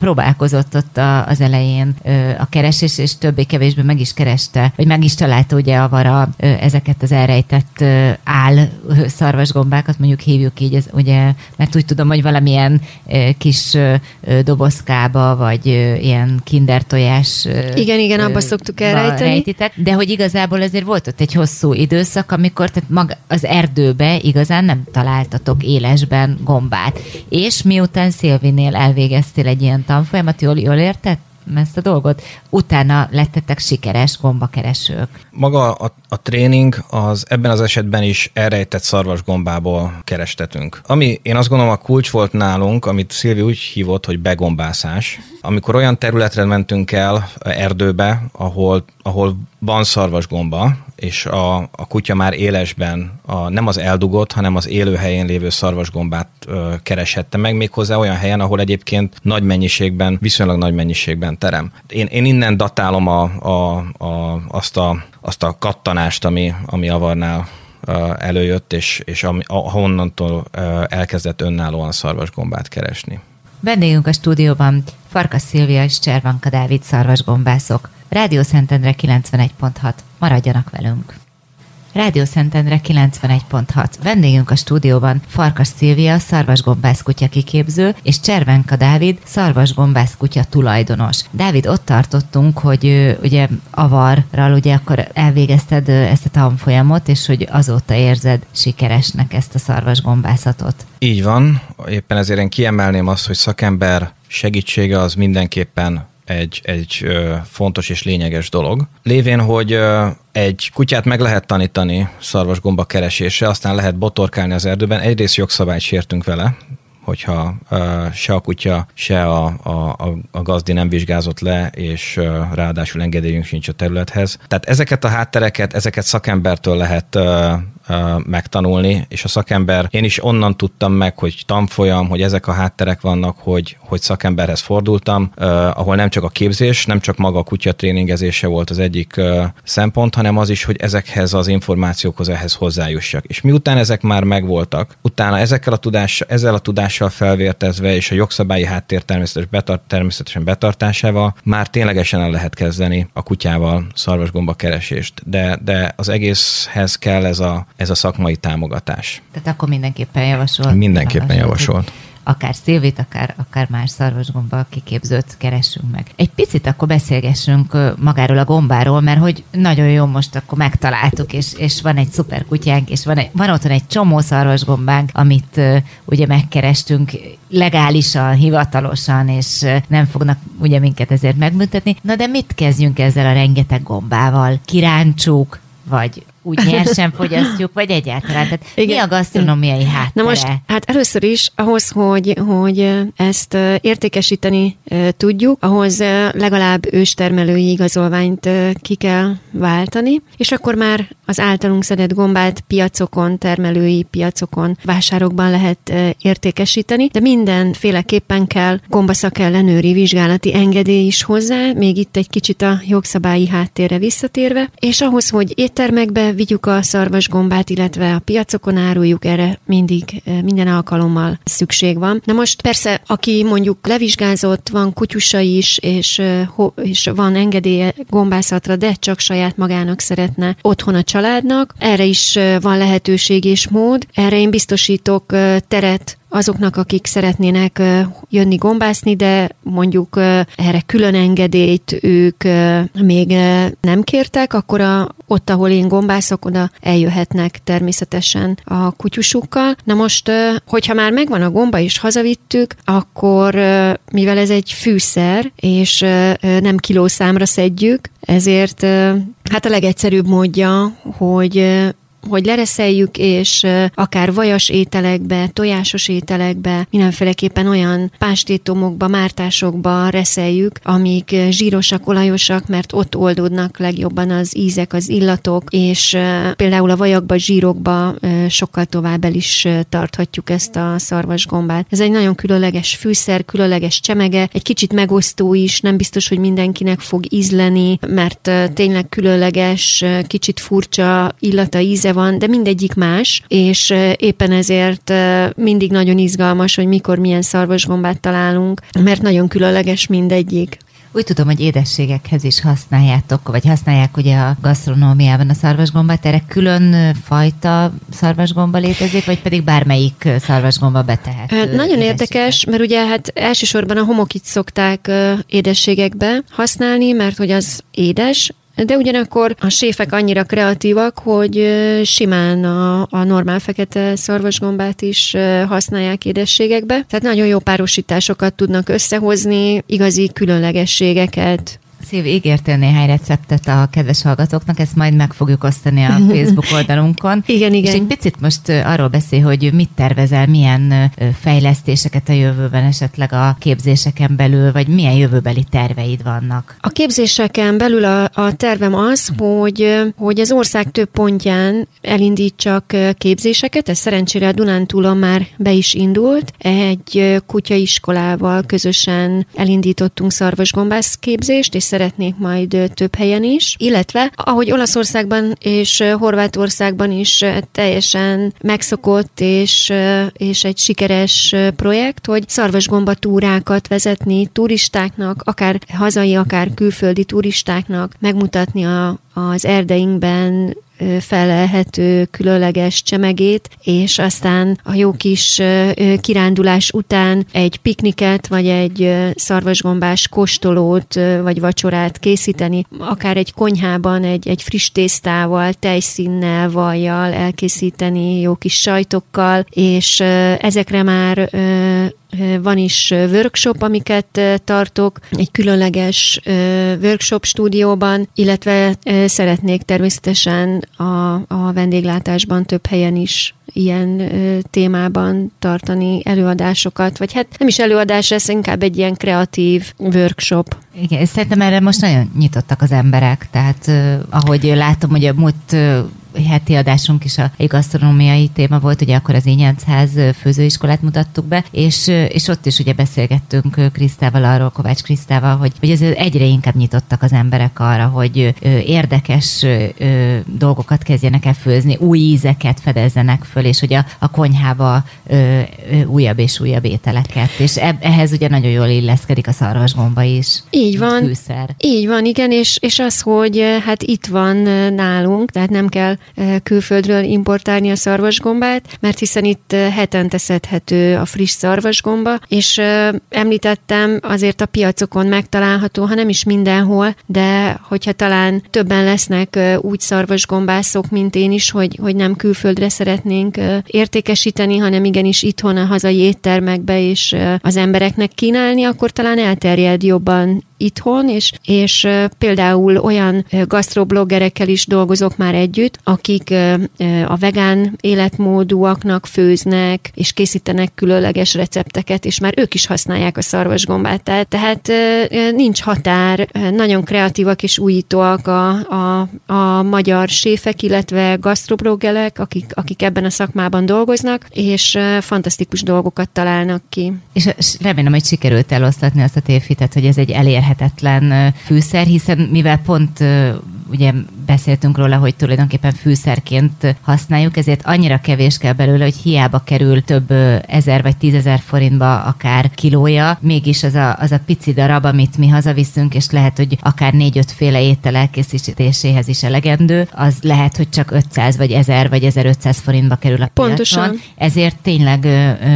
próbálkozott ott az elején a keresés, és többé-kevésbé meg is kereste, vagy meg is találta ugye a Vara ezeket az elrejtett szarvasgombákat, mondjuk hívjuk így, ez, ugye, mert úgy tudom, hogy valamilyen kis dobozkába, vagy ilyen kinder tojás. Igen, abba szoktuk elrejteni. De hogy igazából azért volt ott egy hosszú időszak, amikor tehát maga az erdőbe igazán nem találtatok élesben gombát. És miután Szilvinél elvégeztél egy ilyen tanfolyamat, jól érted ezt a dolgot? Utána lettetek sikeres gombakeresők. Maga a tréning az ebben az esetben is elrejtett szarvasgombából kerestetünk. Ami én azt gondolom a kulcs volt nálunk, amit Szilvi úgy hívott, hogy begombászás. Amikor olyan területre mentünk el erdőbe, ahol van szarvasgomba, és a kutya már élesben nem az eldugott, hanem az élő helyén lévő szarvasgombát kereshette meg, méghozzá olyan helyen, ahol egyébként viszonylag nagy mennyiségben terem. Én innen datálom azt a kattanást, ami a Varnál előjött, és ahonnantól elkezdett önállóan szarvasgombát keresni. Vendégünk a stúdióban Farkas Szilvia és Cservanka Dávid szarvasgombászok. Rádió Szentendre 91.6. Maradjanak velünk! Rádió Szentendre 91.6. Vendégünk a stúdióban Farkas Szilvia, szarvasgombász kutya kiképző, és Cservenka Dávid, szarvasgombász kutya tulajdonos. Dávid, ott tartottunk, hogy ugye Avarral ugye akkor elvégezted ezt a tanfolyamot, és hogy azóta érzed sikeresnek ezt a szarvasgombászatot. Így van, éppen ezért én kiemelném azt, hogy szakember segítsége az mindenképpen egy fontos és lényeges dolog. Lévén, hogy egy kutyát meg lehet tanítani szarvasgomba keresésre, aztán lehet botorkálni az erdőben. Egyrészt jogszabályt sértünk vele, hogyha se a kutya, se a gazdi nem vizsgázott le, és ráadásul engedélyünk sincs a területhez. Tehát ezeket a háttereket, ezeket szakembertől lehet megtanulni, és a szakember, én is onnan tudtam meg, hogy tanfolyam, hogy ezek a hátterek vannak, hogy szakemberhez fordultam, ahol nem csak a képzés, nem csak maga a kutya tréningezése volt az egyik szempont, hanem az is, hogy ezekhez az információkhoz ehhez hozzájussak. És miután ezek már megvoltak, utána ezzel a tudással felvértezve, és a jogszabályi háttér természetesen betartásával már ténylegesen el lehet kezdeni a kutyával szarvasgomba keresést. De az egészhez kell ez a szakmai támogatás. Tehát akkor mindenképpen javasolt. Mindenképpen javasolt. Akár Szilvit, akár más szarvasgomba kiképzőt keressünk meg. Egy picit akkor beszélgessünk magáról a gombáról, mert hogy nagyon jó, most akkor megtaláltuk, és van egy szuper kutyánk, és van otthon egy csomó szarvasgombánk, amit ugye megkerestünk legálisan, hivatalosan, és nem fognak ugye minket ezért megbüntetni. Na de mit kezdjünk ezzel a rengeteg gombával? Kiráncsuk, vagy úgy nyersen fogyasztjuk, vagy egyáltalán. Tehát mi a gasztronómiai háttere? Na most, hát először is ahhoz, hogy ezt értékesíteni tudjuk, ahhoz legalább őstermelői igazolványt ki kell váltani, és akkor már az általunk szedett gombát piacokon, termelői piacokon, vásárokban lehet értékesíteni, de mindenféleképpen kell gombaszakellenőri vizsgálati engedély is hozzá, még itt egy kicsit a jogszabályi háttérre visszatérve, és ahhoz, hogy éttermekbe vigyük a szarvasgombát, illetve a piacokon áruljuk, erre minden alkalommal szükség van. Na most persze, aki mondjuk levizsgázott, van kutyusa is, és van engedélye gombászatra, de csak saját magának szeretne otthon a családnak, erre is van lehetőség és mód. Erre én biztosítok teret azoknak, akik szeretnének jönni gombászni, de mondjuk erre külön engedélyt ők még nem kértek, akkor ott, ahol én gombászok, oda eljöhetnek természetesen a kutyusukkal. Na most, hogyha már megvan a gomba és hazavittük, akkor mivel ez egy fűszer, és nem kilószámra szedjük, ezért hát a legegyszerűbb módja, hogy lereszeljük, és akár vajas ételekbe, tojásos ételekbe, mindenféleképpen olyan pástétomokba, mártásokba reszeljük, amik zsírosak, olajosak, mert ott oldódnak legjobban az ízek, az illatok, és például a vajakba, zsírokba sokkal tovább el is tarthatjuk ezt a szarvasgombát. Ez egy nagyon különleges fűszer, különleges csemege, egy kicsit megosztó is, nem biztos, hogy mindenkinek fog ízleni, mert tényleg különleges, kicsit furcsa illata, íze íze van, de mindegyik más, és éppen ezért mindig nagyon izgalmas, hogy mikor milyen szarvasgombát találunk, mert nagyon különleges mindegyik. Úgy tudom, hogy édességekhez is használjátok, vagy használják ugye a gasztronómiában a szarvasgombát. Erre külön fajta szarvasgomba létezik, vagy pedig bármelyik szarvasgomba betehető? Nagyon érdekes, mert ugye hát elsősorban a homokit szokták édességekbe használni, mert hogy az édes, de ugyanakkor a séfek annyira kreatívak, hogy simán a normál fekete szarvasgombát is használják édességekbe. Tehát nagyon jó párosításokat tudnak összehozni, igazi különlegességeket. Szív, ígértél néhány receptet a kedves hallgatóknak, ezt majd meg fogjuk osztani a Facebook oldalunkon. Igen. És egy picit most arról beszél, hogy mit tervezel, milyen fejlesztéseket a jövőben esetleg a képzéseken belül, vagy milyen jövőbeli terveid vannak? A képzéseken belül a tervem az, hogy az ország több pontján elindítsak képzéseket, ez szerencsére a Dunántúlon már be is indult. Egy kutyaiskolával közösen elindítottunk szarvasgombász képzést, és szeretnék majd több helyen is, illetve ahogy Olaszországban és Horvátországban is teljesen megszokott és egy sikeres projekt, hogy szarvasgomba túrákat vezetni turistáknak, akár hazai, akár külföldi turistáknak, megmutatni az erdeinkben fellelhető különleges csemegét, és aztán a jó kis kirándulás után egy pikniket, vagy egy szarvasgombás kóstolót, vagy vacsorát készíteni, akár egy konyhában egy friss tésztával, tejszínnel, vajjal elkészíteni, jó kis sajtokkal, és ezekre már van is workshop, amiket tartok, egy különleges workshop stúdióban, illetve szeretnék természetesen a vendéglátásban több helyen is ilyen témában tartani előadásokat, vagy hát nem is előadás, ez inkább egy ilyen kreatív workshop. Igen, szerintem erre most nagyon nyitottak az emberek, tehát ahogy látom, hogy a múlt heti adásunk is egy gasztronómiai téma volt, ugye akkor az Ínyencház főzőiskolát mutattuk be, és ott is ugye beszélgettünk Krisztával arról, Kovács Krisztával, hogy azért egyre inkább nyitottak az emberek arra, hogy érdekes dolgokat kezdjenek el főzni, új ízeket fedezzenek föl, és hogy a konyhába újabb és újabb ételeket, és ehhez ugye nagyon jól illeszkedik a szarvasgomba is. Így van. Fűszer. Így van, igen, és az, hogy hát itt van nálunk, tehát nem kell külföldről importálni a szarvasgombát, mert hiszen itt hetente szedhető a friss szarvasgomba, és említettem, azért a piacokon megtalálható, ha nem is mindenhol, de hogyha talán többen lesznek úgy szarvasgombászok, mint én is, hogy nem külföldre szeretnénk értékesíteni, hanem igenis itthon a hazai éttermekbe és az embereknek kínálni, akkor talán elterjed jobban itthon, és például olyan gasztrobloggerekkel is dolgozok már együtt, akik a vegán életmódúaknak főznek, és készítenek különleges recepteket, és már ők is használják a szarvasgombát. Tehát nincs határ, nagyon kreatívak és újítóak a magyar séfek, illetve gasztrobloggerek, akik ebben a szakmában dolgoznak, és fantasztikus dolgokat találnak ki. És remélem, hogy sikerült eloszlatni azt a tévhitet, hogy ez egy elérhetetlen fűszer, hiszen mivel pont ugye beszéltünk róla, hogy tulajdonképpen fűszerként használjuk, ezért annyira kevés kell belőle, hogy hiába kerül több 1000 vagy 10.000 forintba akár kilója, mégis az a pici darab, amit mi hazaviszünk, és lehet, hogy akár 4-5 féle étel elkészítéséhez is elegendő, az lehet, hogy csak 500 vagy 1000 vagy 1500 forintba kerül a piacon. Pontosan. Ezért tényleg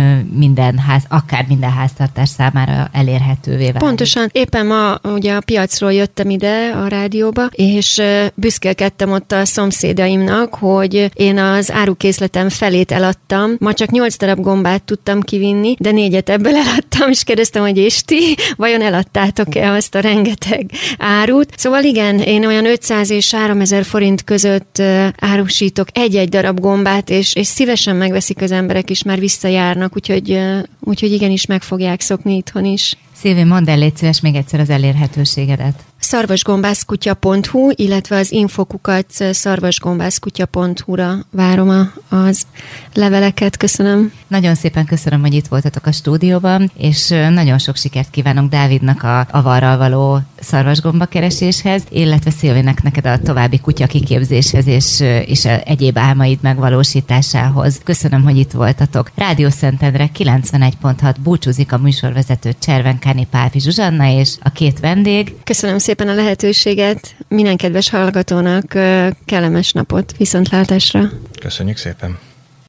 akár minden háztartás számára elérhetővé válik. Pontosan. Éppen ma ugye a piacról jöttem ide a rádióba, és büszkélkedtem ott a szomszédaimnak, hogy én az árukészletem felét eladtam. Ma csak 8 darab gombát tudtam kivinni, de 4-et ebből eladtam, és kérdeztem, hogy és ti, vajon eladtátok-e azt a rengeteg árut? Szóval igen, én olyan 500 és 3000 forint között árusítok egy-egy darab gombát, és szívesen megveszik az emberek, és már visszajárnak, úgyhogy igenis meg fogják szokni itthon is. Szilvi, mondd el, légy szíves még egyszer az elérhetőségedet. Szarvasgombászkutya.hu, illetve az infokukat szarvasgombászkutya.hu-ra várom az leveleket. Köszönöm. Nagyon szépen köszönöm, hogy itt voltatok a stúdióban, és nagyon sok sikert kívánok Dávidnak a avarral való szarvasgomba kereséshez, illetve Szilvinek neked a további kutya kiképzéshez és egyéb álmaid megvalósításához. Köszönöm, hogy itt voltatok. Rádió Szentendre 91.6 búcsúzik a műsorvezető Cservenkáni Pálfi Zsuzsanna és a két vendég. Köszönöm szépen a lehetőséget, minden kedves hallgatónak kellemes napot, viszontlátásra. Köszönjük szépen.